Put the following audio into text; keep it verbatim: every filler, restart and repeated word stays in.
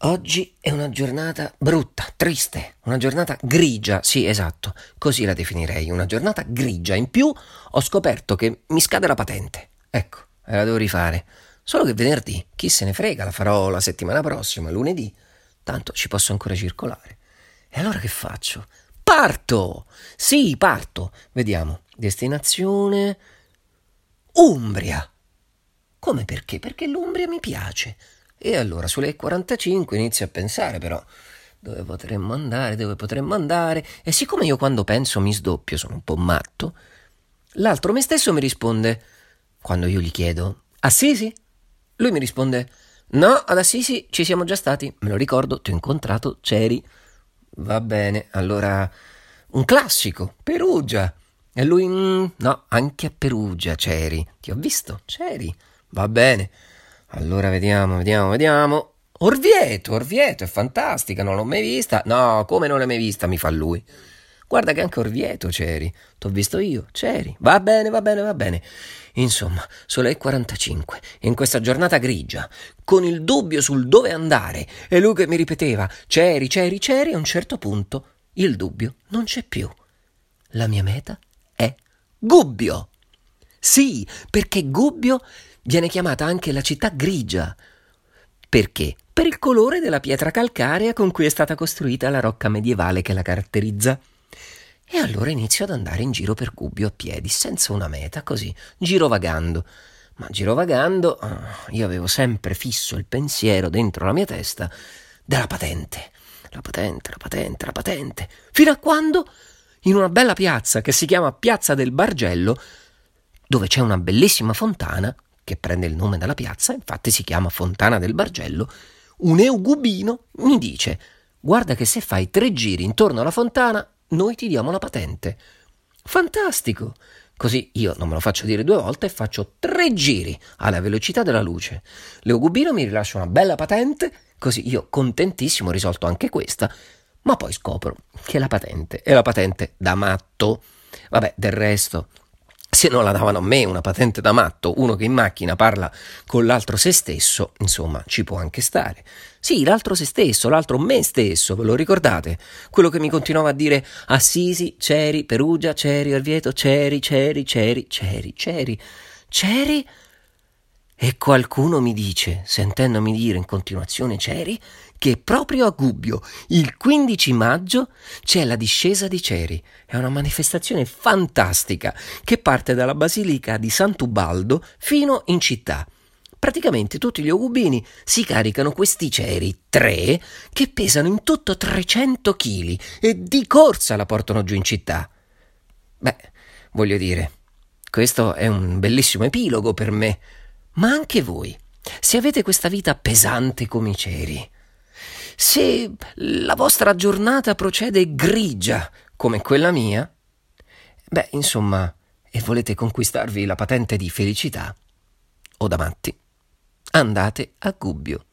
Oggi è una giornata brutta, triste, una giornata grigia, sì, esatto, così la definirei, una giornata grigia. In più ho scoperto che mi scade la patente. Ecco, e la devo rifare. Solo che venerdì, chi se ne frega, la farò la settimana prossima, lunedì. Tanto ci posso ancora circolare. E allora che faccio? Parto! Sì, parto. Vediamo. Destinazione Umbria. Come perché? Perché l'Umbria mi piace. E allora sulle E quarantacinque inizio a pensare però dove potremmo andare, dove potremmo andare. E siccome io quando penso mi sdoppio, sono un po' matto, l'altro me stesso mi risponde, quando io gli chiedo, Assisi? Lui mi risponde, no, ad Assisi ci siamo già stati, me lo ricordo, ti ho incontrato, c'eri. Va bene, allora un classico, Perugia. E lui, mm, no, anche a Perugia c'eri, ti ho visto, c'eri. Va bene. Allora vediamo, vediamo, vediamo. Orvieto, Orvieto, è fantastica, non l'ho mai vista. No, come non l'hai mai vista, mi fa lui. Guarda che anche a Orvieto c'eri. T'ho visto io, c'eri. Va bene, va bene, va bene. Insomma, sono le quarantacinque, in questa giornata grigia, con il dubbio sul dove andare, e lui che mi ripeteva, c'eri, c'eri, c'eri, a un certo punto il dubbio non c'è più. La mia meta è Gubbio. Sì, perché Gubbio viene chiamata anche la città grigia. Perché? Per il colore della pietra calcarea con cui è stata costruita la rocca medievale che la caratterizza. E allora inizio ad andare in giro per Gubbio a piedi, senza una meta, così, girovagando. Ma girovagando, io avevo sempre fisso il pensiero dentro la mia testa della patente. La patente, la patente, la patente. Fino a quando, in una bella piazza che si chiama Piazza del Bargello, dove c'è una bellissima fontana, che prende il nome dalla piazza, infatti si chiama Fontana del Bargello, un eugubino mi dice, guarda che se fai tre giri intorno alla fontana, noi ti diamo la patente. Fantastico! Così io non me lo faccio dire due volte e faccio tre giri alla velocità della luce. L'eugubino mi rilascia una bella patente, così io contentissimo ho risolto anche questa, ma poi scopro che la patente è la patente da matto. Vabbè, del resto, se non la davano a me una patente da matto, uno che in macchina parla con l'altro se stesso, insomma, ci può anche stare. Sì, l'altro se stesso, l'altro me stesso, ve lo ricordate? Quello che mi continuava a dire Assisi, c'eri, Perugia, c'eri, Orvieto, c'eri, c'eri, c'eri, c'eri, c'eri, c'eri. E qualcuno mi dice, sentendomi dire in continuazione c'eri, che proprio a Gubbio, il quindici maggio, c'è la discesa di Ceri. È una manifestazione fantastica che parte dalla Basilica di Sant'Ubaldo fino in città. Praticamente tutti gli eugubini si caricano questi ceri, tre, che pesano in tutto trecento chili e di corsa la portano giù in città. Beh, voglio dire, questo è un bellissimo epilogo per me, ma anche voi, se avete questa vita pesante come i ceri, se la vostra giornata procede grigia come quella mia, beh, insomma, e volete conquistarvi la patente di felicità, o da matti, andate a Gubbio.